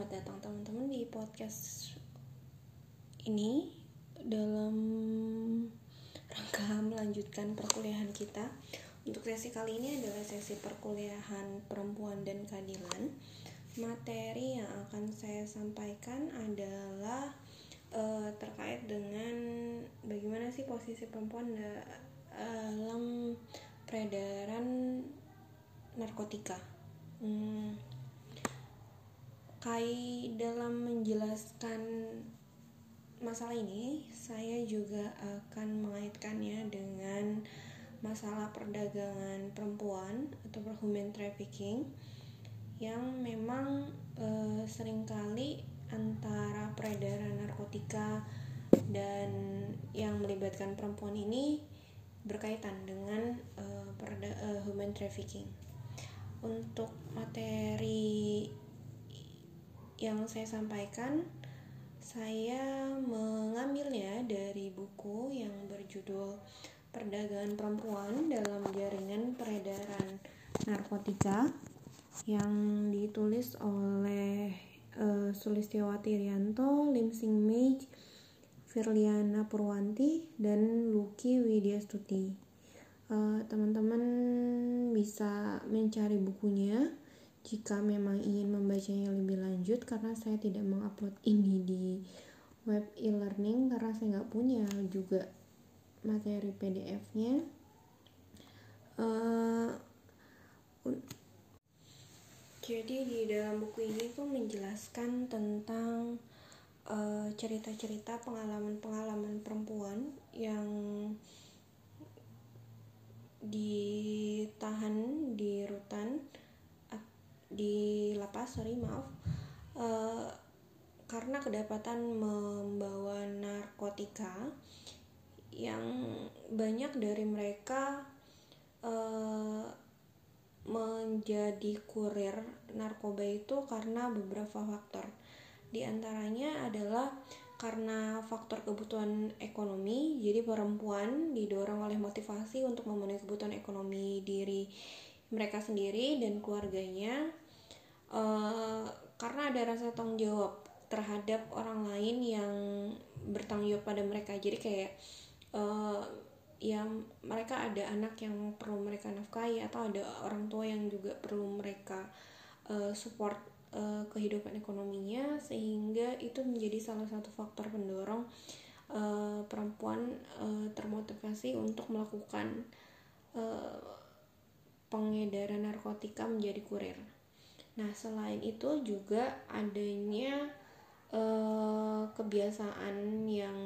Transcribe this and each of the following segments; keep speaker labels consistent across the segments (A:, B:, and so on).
A: Selamat datang teman-teman di podcast ini dalam rangka melanjutkan perkuliahan kita. Untuk sesi kali ini adalah sesi perkuliahan perempuan dan keadilan. Materi yang akan saya sampaikan adalah terkait dengan bagaimana sih posisi perempuan dalam peredaran narkotika. Dalam menjelaskan masalah ini, saya juga akan mengaitkannya dengan masalah perdagangan perempuan atau human trafficking yang memang seringkali antara peredaran narkotika dan yang melibatkan perempuan ini berkaitan dengan human trafficking. Untuk materi yang saya sampaikan, saya mengambilnya dari buku yang berjudul Perdagangan Perempuan dalam Jaringan Peredaran Narkotika yang ditulis oleh Sulistiawati Rianto, Lim Sing Mei, Firliana Purwanti, dan Lucky Widyastuti. Teman-teman bisa mencari bukunya jika memang ingin membacanya lebih lanjut, karena saya tidak mengupload ini di web e-learning karena saya nggak punya juga materi PDF-nya. Jadi di dalam buku ini tuh menjelaskan tentang cerita-cerita pengalaman-pengalaman perempuan yang ditahan di rutan, di lapas, karena kedapatan membawa narkotika, yang banyak dari mereka menjadi kurir narkoba itu karena beberapa faktor. Di antaranya adalah karena faktor kebutuhan ekonomi. Jadi perempuan didorong oleh motivasi untuk memenuhi kebutuhan ekonomi diri mereka sendiri dan keluarganya, karena ada rasa tanggung jawab terhadap orang lain yang bertanggung jawab pada mereka. Jadi kayak mereka ada anak yang perlu mereka nafkahi, atau ada orang tua yang juga perlu mereka support kehidupan ekonominya, sehingga itu menjadi salah satu faktor pendorong perempuan termotivasi untuk melakukan pengedaran narkotika menjadi kurir. Nah, selain itu juga adanya kebiasaan yang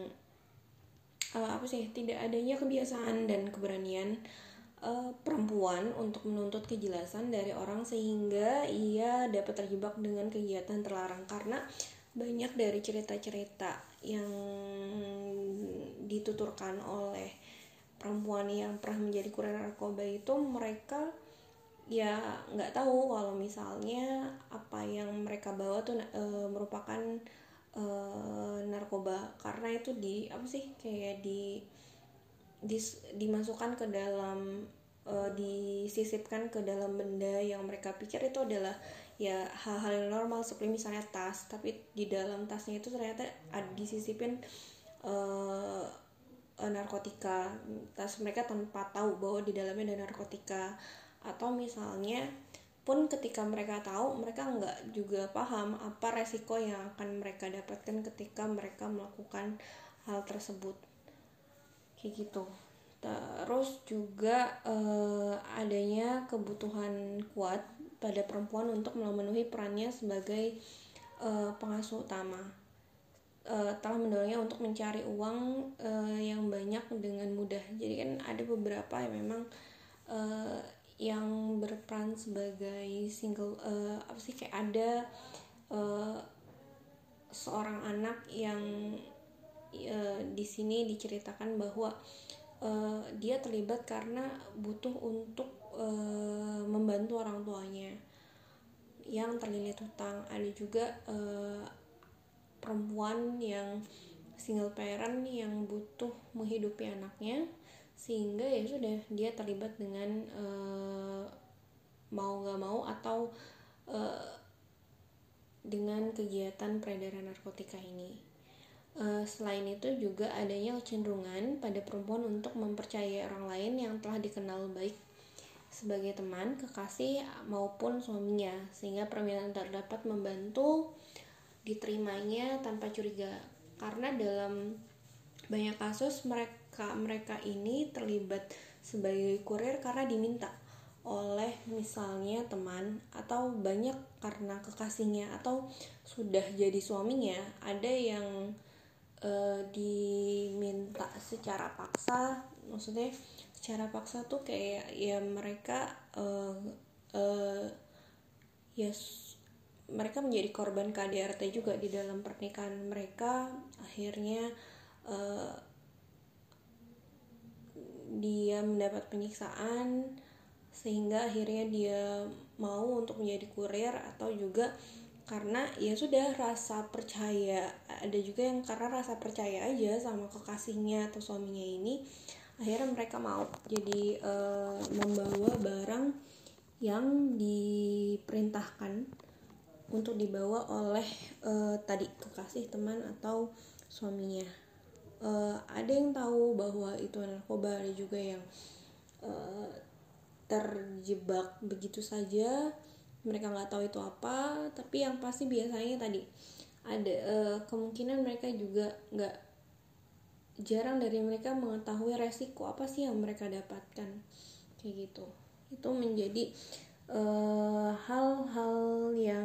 A: tidak adanya kebiasaan dan keberanian perempuan untuk menuntut kejelasan dari orang, sehingga ia dapat terjebak dengan kegiatan terlarang. Karena banyak dari cerita-cerita yang dituturkan oleh perempuan yang pernah menjadi kurir narkoba itu, mereka ya nggak tahu kalau misalnya apa yang mereka bawa tuh merupakan narkoba, karena itu dimasukkan ke dalam disisipkan ke dalam benda yang mereka pikir itu adalah ya hal-hal yang normal, seperti misalnya tas, tapi di dalam tasnya itu ternyata disisipin narkotika. Tas mereka tanpa tahu bahwa di dalamnya ada narkotika. Atau misalnya pun ketika mereka tahu, mereka nggak juga paham apa resiko yang akan mereka dapatkan ketika mereka melakukan hal tersebut, kayak gitu. Terus juga adanya kebutuhan kuat pada perempuan untuk memenuhi perannya sebagai pengasuh utama, telah mendorongnya untuk mencari uang yang banyak dengan mudah. Jadi kan ada beberapa yang memang yang berperan sebagai single, kayak ada seorang anak yang di sini diceritakan bahwa dia terlibat karena butuh untuk membantu orang tuanya yang terlilit hutang. Ada juga perempuan yang single parent yang butuh menghidupi anaknya, sehingga ya sudah dia terlibat dengan mau gak mau atau dengan kegiatan peredaran narkotika ini. Selain itu juga adanya kecenderungan pada perempuan untuk mempercayai orang lain yang telah dikenal baik sebagai teman, kekasih maupun suaminya, sehingga permintaan terdapat membantu diterimanya tanpa curiga. Karena dalam banyak kasus mereka ini terlibat sebagai kurir karena diminta oleh misalnya teman, atau banyak karena kekasihnya, atau sudah jadi suaminya. Ada yang diminta secara paksa, maksudnya secara paksa tuh kayak ya mereka mereka menjadi korban KDRT juga di dalam pernikahan mereka. Akhirnya dia mendapat penyiksaan sehingga akhirnya dia mau untuk menjadi kurir, atau juga karena ya sudah rasa percaya. Ada juga yang karena rasa percaya aja sama kekasihnya atau suaminya ini, akhirnya mereka mau jadi membawa barang yang diperintahkan untuk dibawa oleh tadi kekasih, teman, atau suaminya. Ada yang tahu bahwa itu narkoba, ada juga yang terjebak begitu saja, mereka nggak tahu itu apa. Tapi yang pasti biasanya tadi ada kemungkinan mereka juga nggak jarang dari mereka mengetahui resiko apa sih yang mereka dapatkan, kayak gitu. Itu menjadi hal-hal yang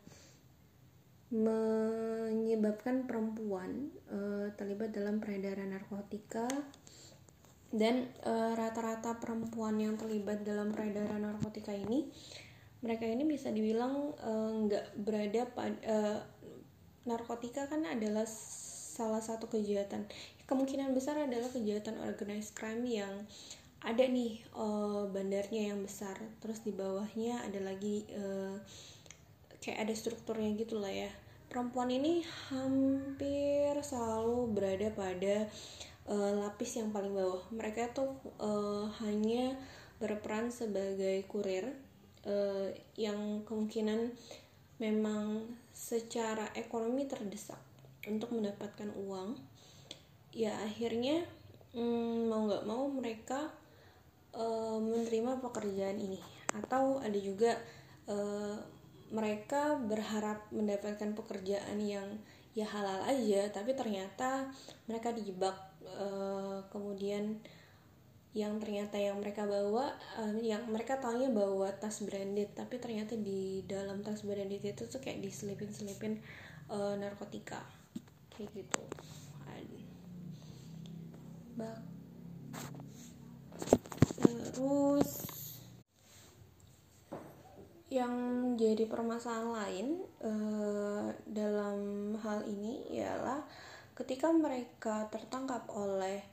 A: menyebabkan perempuan terlibat dalam peredaran narkotika. Dan rata-rata perempuan yang terlibat dalam peredaran narkotika ini, mereka ini bisa dibilang nggak berada pada narkotika kan adalah salah satu kejahatan, kemungkinan besar adalah kejahatan organized crime yang ada nih bandarnya yang besar, terus di bawahnya ada lagi kayak ada strukturnya gitu lah ya. Perempuan ini hampir selalu berada pada lapis yang paling bawah. Mereka tuh hanya berperan sebagai kurir yang kemungkinan memang secara ekonomi terdesak untuk mendapatkan uang. Ya akhirnya mau nggak mau mereka menerima pekerjaan ini. Atau ada juga mereka berharap mendapatkan pekerjaan yang ya halal aja, tapi ternyata mereka dijebak. Kemudian yang ternyata yang mereka bawa, yang mereka taunya bawa tas branded, tapi ternyata di dalam tas branded itu tuh kayak diselipin narkotika, kayak gitu. Terus yang jadi permasalahan lain dalam hal ini ialah ketika mereka tertangkap oleh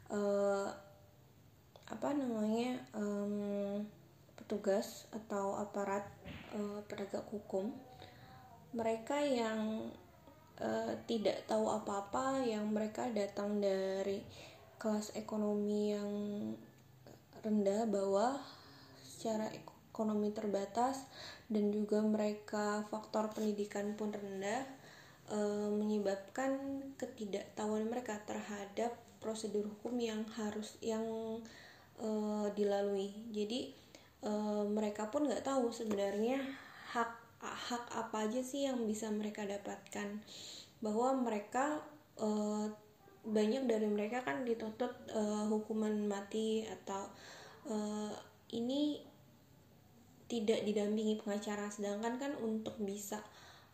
A: petugas atau aparat penegak hukum, mereka yang tidak tahu apa-apa, yang mereka datang dari kelas ekonomi yang rendah, bawah, secara ekonomi terbatas, dan juga mereka faktor pendidikan pun rendah, menyebabkan ketidaktahuan mereka terhadap prosedur hukum yang dilalui. Jadi mereka pun nggak tahu sebenarnya hak apa aja sih yang bisa mereka dapatkan, bahwa mereka banyak dari mereka kan dituntut hukuman mati, atau ini tidak didampingi pengacara. Sedangkan kan untuk bisa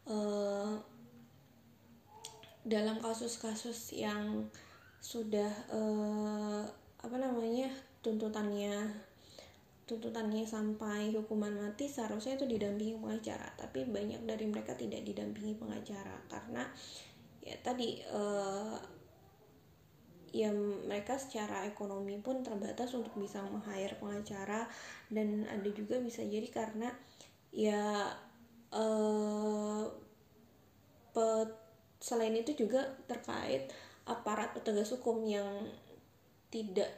A: dalam kasus-kasus yang sudah tuntutannya sampai hukuman mati, seharusnya itu didampingi pengacara. Tapi banyak dari mereka tidak didampingi pengacara karena ya tadi ya mereka secara ekonomi pun terbatas untuk bisa meng-hire pengacara. Dan ada juga bisa jadi karena ya selain itu juga terkait aparat petugas hukum yang tidak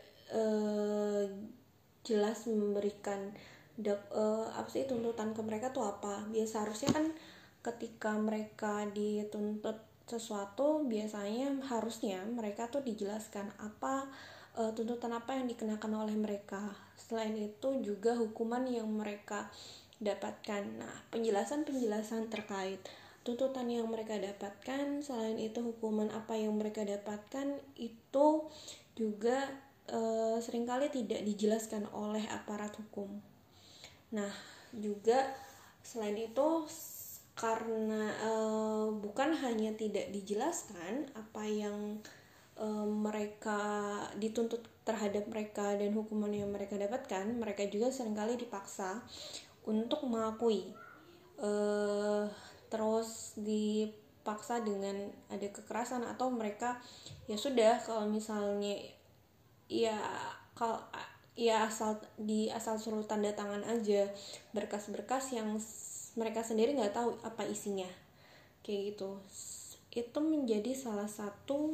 A: jelas memberikan tuntutan ke mereka tuh apa. Biasa harusnya kan ketika mereka dituntut sesuatu, biasanya harusnya mereka tuh dijelaskan apa tuntutan apa yang dikenakan oleh mereka. Selain itu juga hukuman yang mereka dapatkan. Nah, penjelasan terkait tuntutan yang mereka dapatkan, selain itu hukuman apa yang mereka dapatkan, itu juga seringkali tidak dijelaskan oleh aparat hukum. Nah, juga selain itu karena bukan hanya tidak dijelaskan apa yang mereka dituntut terhadap mereka dan hukuman yang mereka dapatkan, mereka juga seringkali dipaksa untuk mengakui, terus dipaksa dengan ada kekerasan, atau mereka ya sudah, kalau misalnya ya kalau ya asal suruh tanda tangan aja berkas-berkas yang mereka sendiri nggak tahu apa isinya, kayak gitu. Itu menjadi salah satu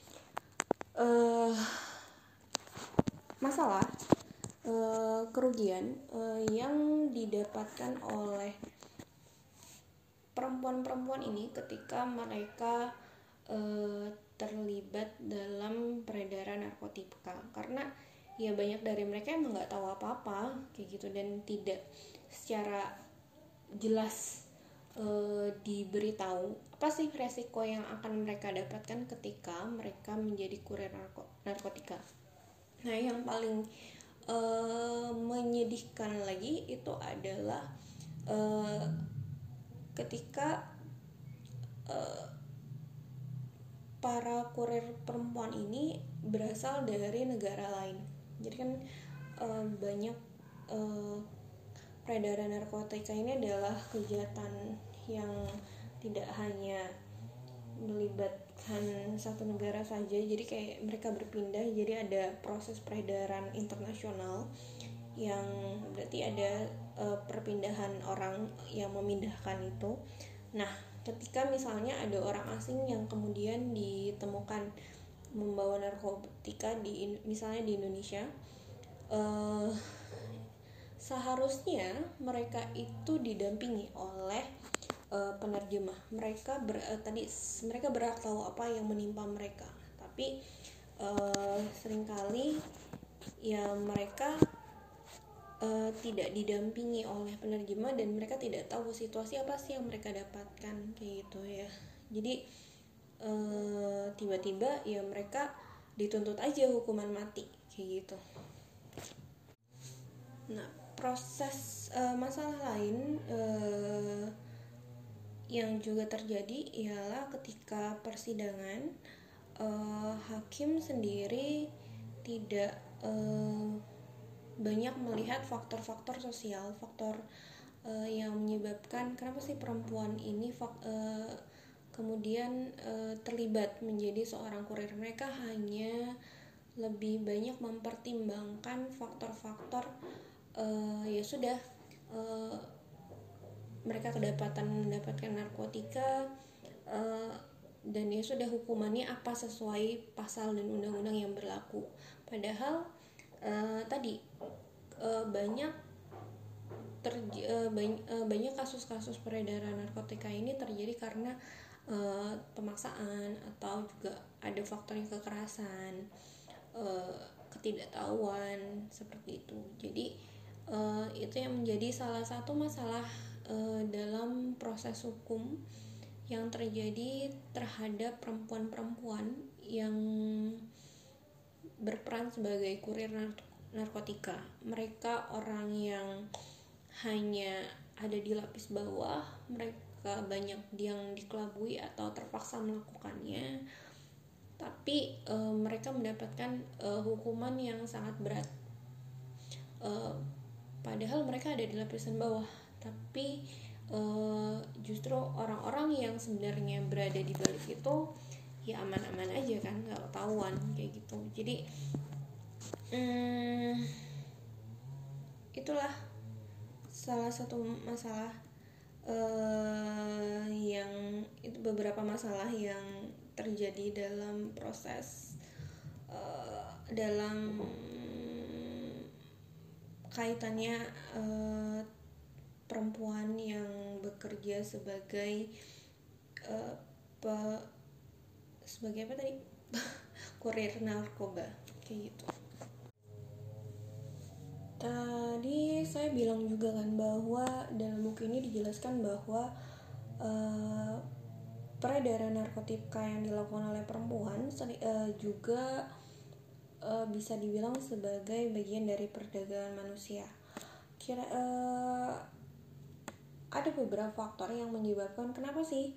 A: masalah kerugian yang didapatkan oleh perempuan-perempuan ini ketika mereka terlibat dalam peredaran narkotika, karena ya banyak dari mereka emang nggak tahu apa-apa kayak gitu, dan tidak secara jelas diberitahu apa sih resiko yang akan mereka dapatkan ketika mereka menjadi kurir narkotika. Nah, yang paling menyedihkan lagi itu adalah ketika para kurir perempuan ini berasal dari negara lain. Jadi kan banyak peredaran narkotika ini adalah kejahatan yang tidak hanya melibatkan satu negara saja, jadi kayak mereka berpindah, jadi ada proses peredaran internasional yang berarti ada perpindahan orang yang memindahkan itu. Nah, ketika misalnya ada orang asing yang kemudian ditemukan membawa narkotika misalnya di Indonesia, seharusnya mereka itu didampingi oleh penerjemah. Mereka berhak tahu apa yang menimpa mereka, tapi seringkali ya mereka tidak didampingi oleh penerjemah, dan mereka tidak tahu situasi apa sih yang mereka dapatkan, kayak gitu ya. Jadi tiba-tiba ya mereka dituntut aja hukuman mati, kayak gitu. Nah, proses masalah lain yang juga terjadi ialah ketika persidangan, hakim sendiri tidak banyak melihat faktor-faktor sosial, faktor yang menyebabkan kenapa sih perempuan ini kemudian terlibat menjadi seorang kurir. Mereka hanya lebih banyak mempertimbangkan faktor-faktor ya sudah, mereka mendapatkan narkotika, dan ya sudah hukumannya apa sesuai pasal dan undang-undang yang berlaku. Padahal banyak kasus-kasus peredaran narkotika ini terjadi karena pemaksaan, atau juga ada faktor kekerasan, ketidaktahuan, seperti itu. Jadi itu yang menjadi salah satu masalah dalam proses hukum yang terjadi terhadap perempuan-perempuan yang berperan sebagai kurir narkotika. Mereka orang yang hanya ada di lapis bawah, mereka banyak yang dikelabui atau terpaksa melakukannya, tapi mereka mendapatkan hukuman yang sangat berat, padahal mereka ada di lapisan bawah. Tapi justru orang-orang yang sebenarnya berada di balik itu ya aman-aman aja kan, nggak ketahuan kayak gitu. Jadi itulah salah satu masalah yang itu beberapa masalah yang terjadi dalam proses dalam kaitannya perempuan yang bekerja sebagai uh, sebagai apa tadi kurir narkoba kayak gitu. Tadi saya bilang juga kan bahwa dalam buku ini dijelaskan bahwa peredaran narkotika yang dilakukan oleh perempuan juga bisa dibilang sebagai bagian dari perdagangan manusia. Ada beberapa faktor yang menyebabkan kenapa sih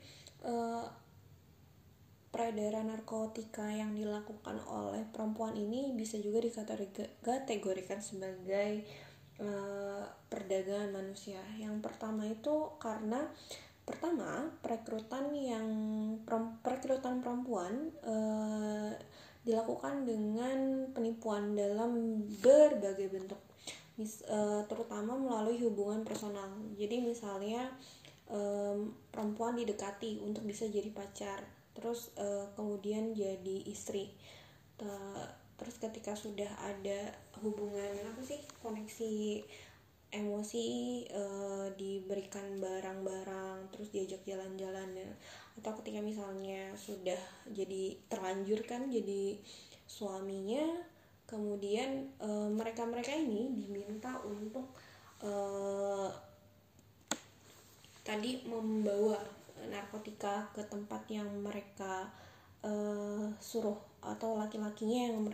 A: peredaran narkotika yang dilakukan oleh perempuan ini bisa juga dikategorikan sebagai perdagangan manusia. Yang pertama itu karena perekrutan perempuan dilakukan dengan penipuan dalam berbagai bentuk, terutama melalui hubungan personal. Jadi misalnya perempuan didekati untuk bisa jadi pacar, terus kemudian jadi istri, terus ketika sudah ada hubungan koneksi emosi, diberikan barang-barang, terus diajak jalan-jalan ya. Atau ketika misalnya sudah jadi terlanjur kan jadi suaminya, kemudian mereka ini diminta untuk tadi membawa narkotika ke tempat yang mereka suruh, atau laki-lakinya yang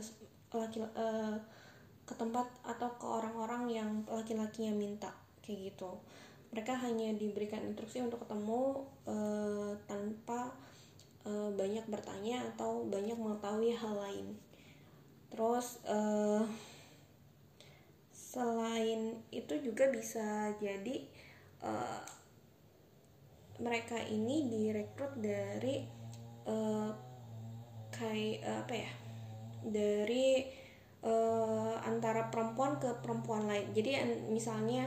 A: ke tempat atau ke orang-orang yang laki-lakinya minta kayak gitu. Mereka hanya diberikan instruksi untuk ketemu tanpa banyak bertanya atau banyak mengetahui hal lain. Terus selain itu juga bisa jadi mereka ini direkrut dari dari antara perempuan ke perempuan lain. Jadi misalnya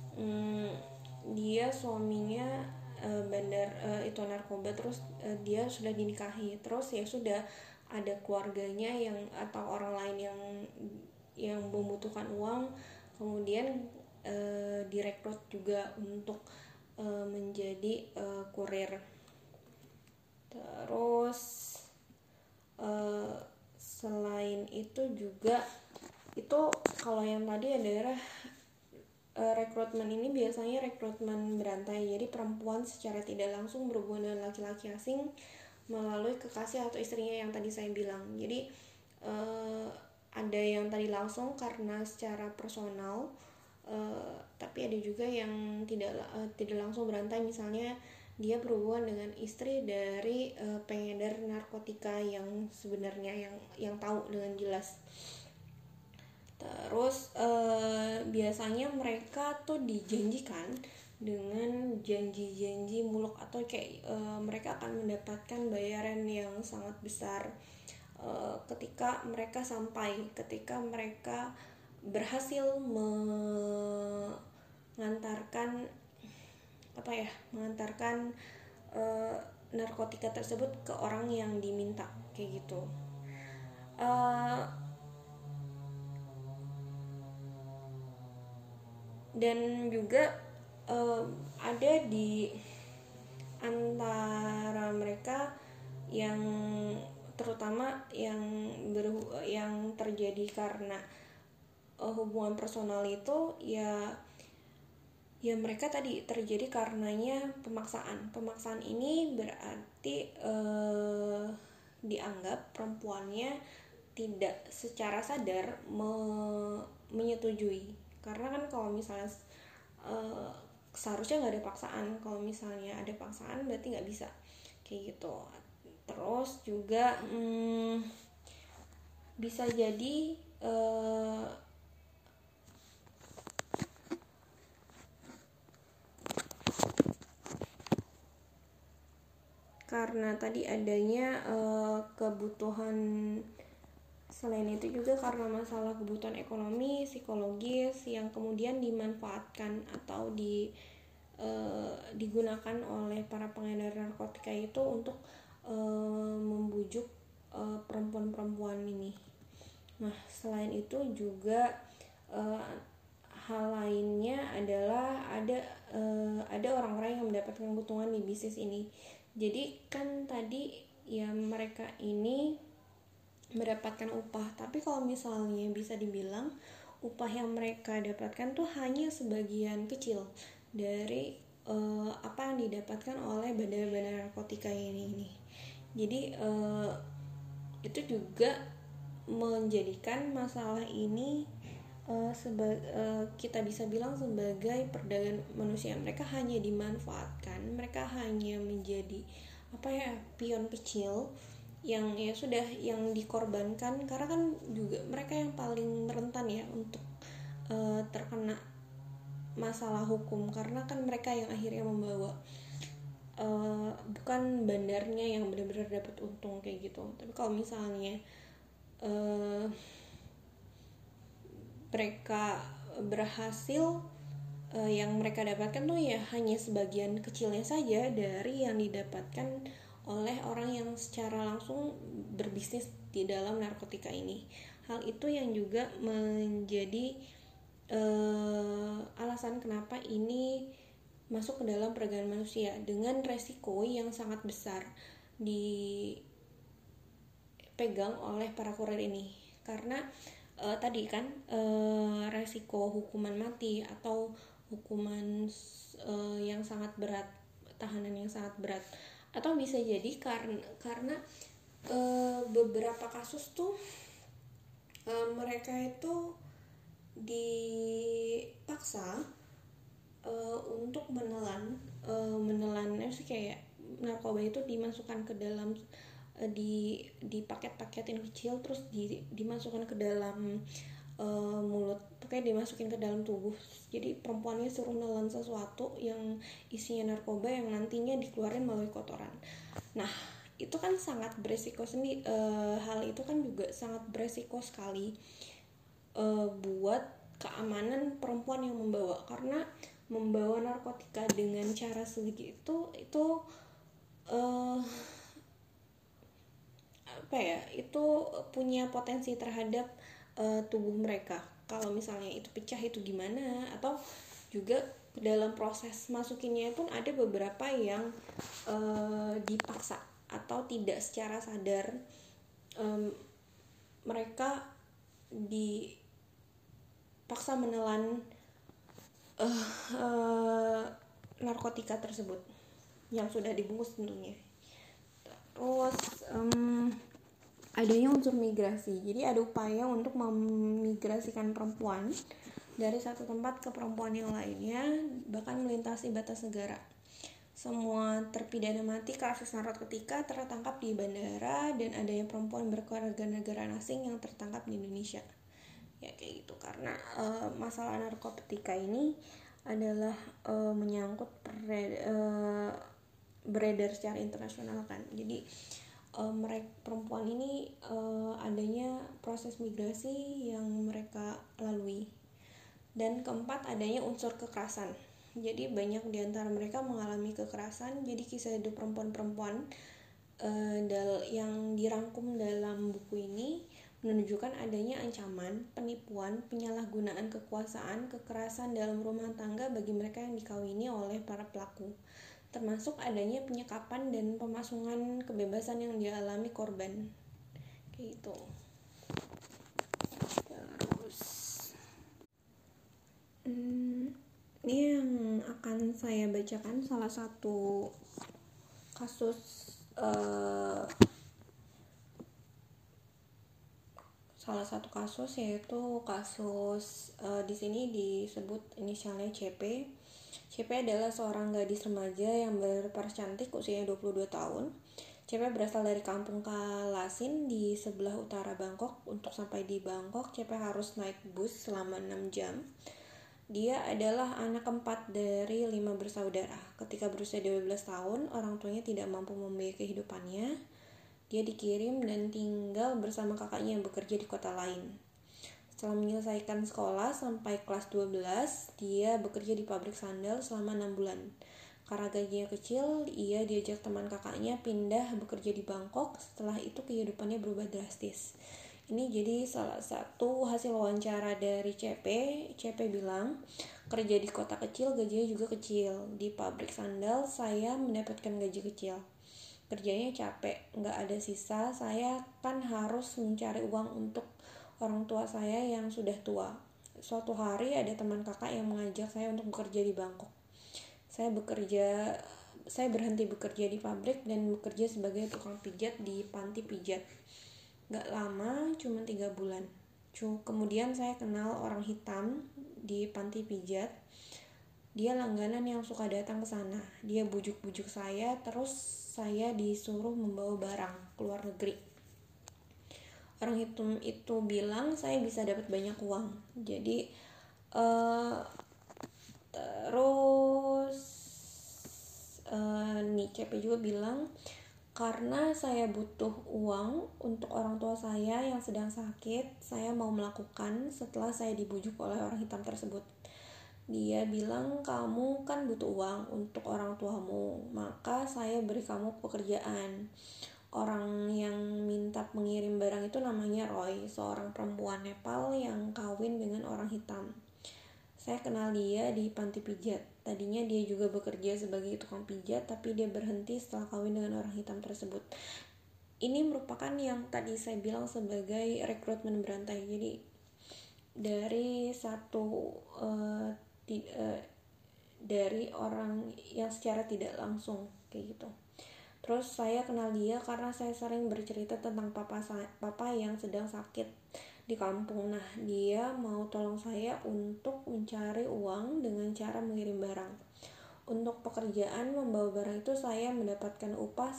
A: dia suaminya bandar itu narkoba, terus dia sudah dinikahi, terus ya sudah ada keluarganya yang atau orang lain yang membutuhkan uang, kemudian direkrut juga untuk menjadi kurir. Terus selain itu juga itu kalau yang tadi adalah rekrutmen ini biasanya rekrutmen berantai. Jadi perempuan secara tidak langsung berhubungan dengan laki-laki asing melalui kekasih atau istrinya yang tadi saya bilang. Jadi ada yang tadi langsung karena secara personal, tapi ada juga yang tidak langsung berantai, misalnya dia berhubungan dengan istri dari pengedar narkotika yang sebenarnya yang tahu dengan jelas. Terus biasanya mereka tuh dijanjikan dengan janji-janji muluk, atau kayak mereka akan mendapatkan bayaran yang sangat besar ketika mereka berhasil mengantarkan narkotika tersebut ke orang yang diminta kayak gitu. Dan juga ada di antara mereka yang terutama yang terjadi karena hubungan personal itu ya mereka tadi terjadi karenanya pemaksaan ini berarti dianggap perempuannya tidak secara sadar menyetujui, karena kan kalau misalnya seharusnya nggak ada paksaan, kalau misalnya ada paksaan berarti nggak bisa kayak gitu. Terus juga bisa jadi karena tadi adanya kebutuhan, selain itu juga karena masalah kebutuhan ekonomi, psikologis yang kemudian dimanfaatkan atau digunakan oleh para pengedar narkotika itu untuk membujuk perempuan-perempuan ini. Nah, selain itu juga hal lainnya adalah ada orang-orang yang mendapatkan keuntungan di bisnis ini. Jadi kan tadi ya mereka ini mendapatkan upah, tapi kalau misalnya bisa dibilang upah yang mereka dapatkan tuh hanya sebagian kecil dari apa yang didapatkan oleh bandar-bandar narkotika ini. Jadi itu juga menjadikan masalah ini kita bisa bilang sebagai perdagangan manusia. Mereka hanya dimanfaatkan, mereka hanya menjadi pion kecil yang ya sudah yang dikorbankan, karena kan juga mereka yang paling rentan ya untuk terkena masalah hukum, karena kan mereka yang akhirnya membawa, bukan bandarnya yang benar-benar dapat untung kayak gitu. Tapi kalau misalnya mereka berhasil, yang mereka dapatkan tuh ya hanya sebagian kecilnya saja dari yang didapatkan oleh orang yang secara langsung berbisnis di dalam narkotika ini. Hal itu yang juga menjadi alasan kenapa ini masuk ke dalam perdagangan manusia dengan resiko yang sangat besar dipegang oleh para kurir ini. Karena tadi kan resiko hukuman mati atau hukuman yang sangat berat, tahanan yang sangat berat, atau bisa jadi karena beberapa kasus tuh mereka itu dipaksa untuk menelan sih, kayak narkoba itu dimasukkan ke dalam di paket-paketin kecil, terus dimasukkan ke dalam mulut, pokoknya dimasukin ke dalam tubuh. Jadi perempuannya suruh nelan sesuatu yang isinya narkoba yang nantinya dikeluarin melalui kotoran. Nah itu kan sangat beresiko sendiri, hal itu kan juga sangat beresiko sekali buat keamanan perempuan yang membawa, karena membawa narkotika dengan cara segitu itu itu punya potensi terhadap tubuh mereka. Kalau misalnya itu pecah itu gimana, atau juga dalam proses masukinnya pun ada beberapa yang dipaksa atau tidak secara sadar, mereka dipaksa menelan narkotika tersebut yang sudah dibungkus tentunya. Terus adanya unsur migrasi. Jadi ada upaya untuk memigrasikan perempuan dari satu tempat ke perempuan yang lainnya, bahkan melintasi batas negara. Semua terpidana mati kasus narkotika tertangkap di bandara, dan adanya perempuan berkewarganegaraan asing yang tertangkap di Indonesia. Ya kayak gitu, karena masalah narkotika ini adalah menyangkut beredar secara internasional kan. Jadi mereka perempuan ini adanya proses migrasi yang mereka lalui. Dan keempat, adanya unsur kekerasan. Jadi banyak di antara mereka mengalami kekerasan. Jadi kisah hidup perempuan-perempuan yang dirangkum dalam buku ini menunjukkan adanya ancaman, penipuan, penyalahgunaan kekuasaan, kekerasan dalam rumah tangga bagi mereka yang dikawini oleh para pelaku, termasuk adanya penyekapan dan pemasungan kebebasan yang dialami korban. Kayak gitu. Terus ini yang akan saya bacakan salah satu kasus yaitu kasus di sini disebut inisialnya CP. CP adalah seorang gadis remaja yang berparas cantik, usianya 22 tahun. CP berasal dari kampung Kalasin di sebelah utara Bangkok. Untuk sampai di Bangkok, CP harus naik bus selama 6 jam. Dia adalah anak keempat dari 5 bersaudara. Ketika berusia 12 tahun, orang tuanya tidak mampu membiayai kehidupannya. Dia dikirim dan tinggal bersama kakaknya yang bekerja di kota lain. Setelah menyelesaikan sekolah sampai kelas 12, dia bekerja di pabrik sandal selama 6 bulan. Karena gajinya kecil, ia diajak teman kakaknya pindah bekerja di Bangkok. Setelah itu kehidupannya berubah drastis. Ini jadi salah satu hasil wawancara dari CP. CP bilang, kerja di kota kecil gajinya juga kecil. Di pabrik sandal saya mendapatkan gaji kecil. Kerjanya capek, nggak ada sisa. Saya kan harus mencari uang untuk orang tua saya yang sudah tua. Suatu hari ada teman kakak yang mengajak saya untuk bekerja di Bangkok. Saya berhenti bekerja di pabrik dan bekerja sebagai tukang pijat di panti pijat. Gak lama, cuma 3 bulan. Kemudian saya kenal orang hitam di panti pijat. Dia langganan yang suka datang ke sana. Dia bujuk-bujuk saya, terus saya disuruh membawa barang ke luar negeri. Orang hitam itu bilang saya bisa dapat banyak uang. Jadi terus nih CP juga bilang, karena saya butuh uang untuk orang tua saya yang sedang sakit, saya mau melakukan setelah saya dibujuk oleh orang hitam tersebut. Dia bilang, kamu kan butuh uang untuk orang tuamu, maka saya beri kamu pekerjaan. Orang yang minta mengirim barang itu namanya Roy, seorang perempuan Nepal yang kawin dengan orang hitam. Saya kenal dia di panti pijat. Tadinya dia juga bekerja sebagai tukang pijat, tapi dia berhenti setelah kawin dengan orang hitam tersebut. Ini merupakan yang tadi saya bilang sebagai rekrutmen berantai. Jadi dari dari orang yang secara tidak langsung kayak gitu. Terus saya kenal dia karena saya sering bercerita tentang papa yang sedang sakit di kampung. Nah, dia mau tolong saya untuk mencari uang dengan cara mengirim barang. Untuk pekerjaan membawa barang itu saya mendapatkan upah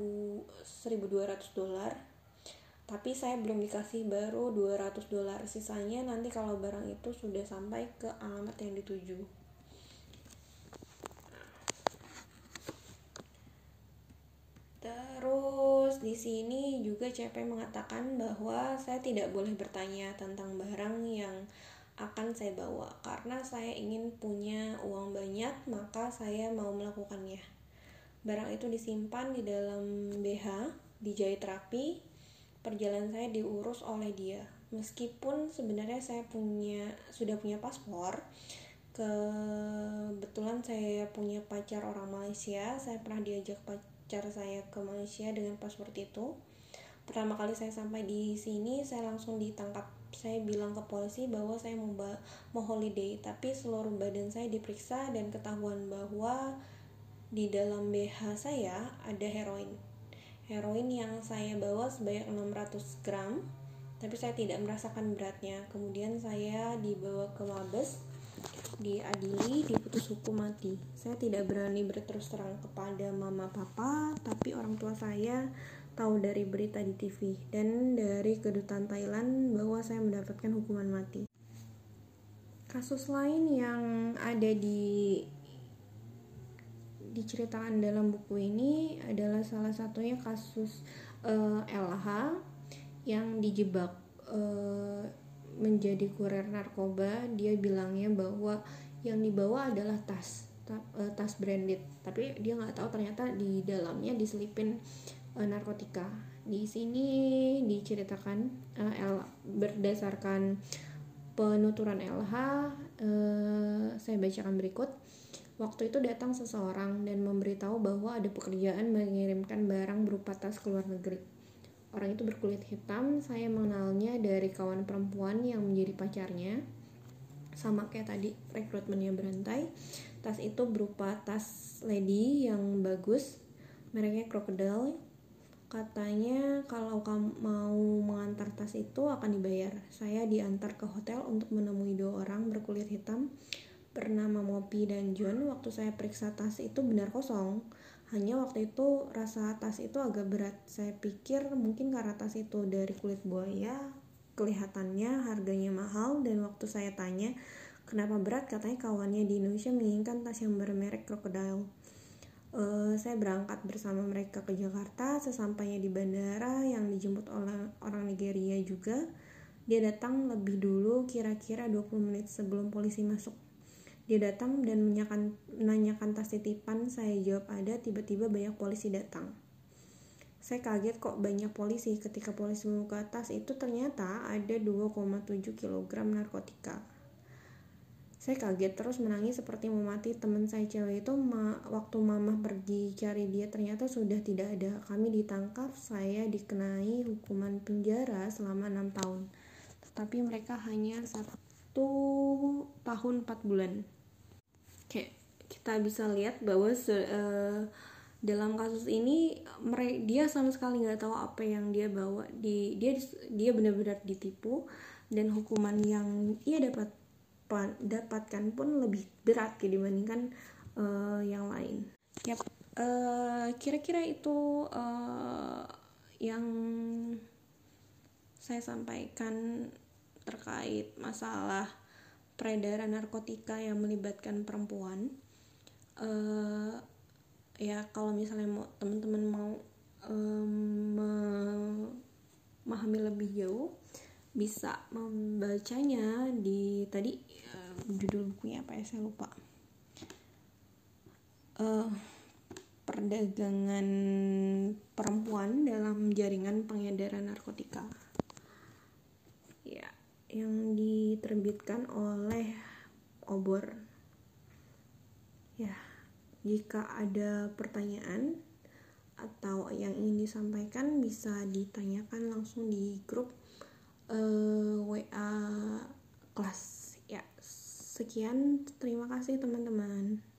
A: $1.200. Tapi saya belum dikasih, baru $200. Sisanya nanti kalau barang itu sudah sampai ke alamat yang dituju. Terus di sini juga CP mengatakan bahwa saya tidak boleh bertanya tentang barang yang akan saya bawa karena saya ingin punya uang banyak, maka saya mau melakukannya. Barang itu disimpan di dalam BH, dijahit rapi. Perjalanan saya diurus oleh dia. Meskipun sebenarnya saya sudah punya paspor, kebetulan saya punya pacar orang Malaysia. Saya pernah diajak pacar saya ke Malaysia dengan paspor itu. Pertama kali saya sampai di sini, saya langsung ditangkap. Saya bilang ke polisi bahwa saya mau holiday, tapi seluruh badan saya diperiksa dan ketahuan bahwa di dalam BH saya ada heroin yang saya bawa sebanyak 600 gram, tapi saya tidak merasakan beratnya. Kemudian saya dibawa ke Mabes, diadili, diputus hukum mati. Saya tidak berani berterus terang kepada mama papa, tapi orang tua saya tahu dari berita di TV dan dari kedutaan Thailand bahwa saya mendapatkan hukuman mati. Kasus lain yang ada diceritakan dalam buku ini adalah salah satunya kasus LH yang dijebak menjadi kurir narkoba. Dia bilangnya bahwa yang dibawa adalah tas branded, tapi dia nggak tahu ternyata di dalamnya diselipin narkotika. Di sini diceritakan berdasarkan penuturan LH, saya bacakan berikut. Waktu itu datang seseorang dan memberitahu bahwa ada pekerjaan mengirimkan barang berupa tas ke luar negeri. Orang itu berkulit hitam. Saya mengenalnya dari kawan perempuan yang menjadi pacarnya. Sama kayak tadi rekrutmennya berantai. Tas itu berupa tas lady yang bagus, mereknya Crocodile. Katanya kalau kamu mau mengantar tas itu akan dibayar. Saya diantar ke hotel untuk menemui 2 orang berkulit hitam bernama Mopi dan John. Waktu saya periksa tas itu benar kosong. Hanya waktu itu rasa tas itu agak berat. Saya pikir mungkin karena tas itu dari kulit buaya, kelihatannya harganya mahal. Dan waktu saya tanya kenapa berat, katanya kawannya di Indonesia menginginkan tas yang bermerek Crocodile. Saya berangkat bersama mereka ke Jakarta. Sesampainya di bandara yang dijemput oleh orang Nigeria juga. Dia datang lebih dulu, kira-kira 20 menit sebelum polisi masuk. Dia datang dan menanyakan tas titipan. Saya jawab ada. Tiba-tiba banyak polisi datang. Saya kaget kok banyak polisi. Ketika polisi membuka tas itu ternyata ada 2,7 kg narkotika. Saya kaget terus menangis seperti mau mati. Teman saya cewek itu waktu mama pergi cari dia ternyata sudah tidak ada. Kami ditangkap, saya dikenai hukuman penjara selama 6 tahun. Tetapi mereka hanya 1 tahun 4 bulan. Kayak kita bisa lihat bahwa dalam kasus ini dia sama sekali nggak tahu apa yang dia bawa. Dia benar-benar ditipu, dan hukuman yang ia dapatkan pun lebih berat dibandingkan yang lain. Kira-kira itu yang saya sampaikan terkait masalah peredaran narkotika yang melibatkan perempuan. Ya kalau misalnya teman-teman mau memahami lebih jauh, bisa membacanya di tadi judul bukunya apa ya, saya lupa. Perdagangan perempuan dalam jaringan pengedaran narkotika, ya, yang diterbitkan oleh Obor. Ya, jika ada pertanyaan atau yang ingin disampaikan bisa ditanyakan langsung di grup WA kelas. Ya, sekian, terima kasih teman-teman.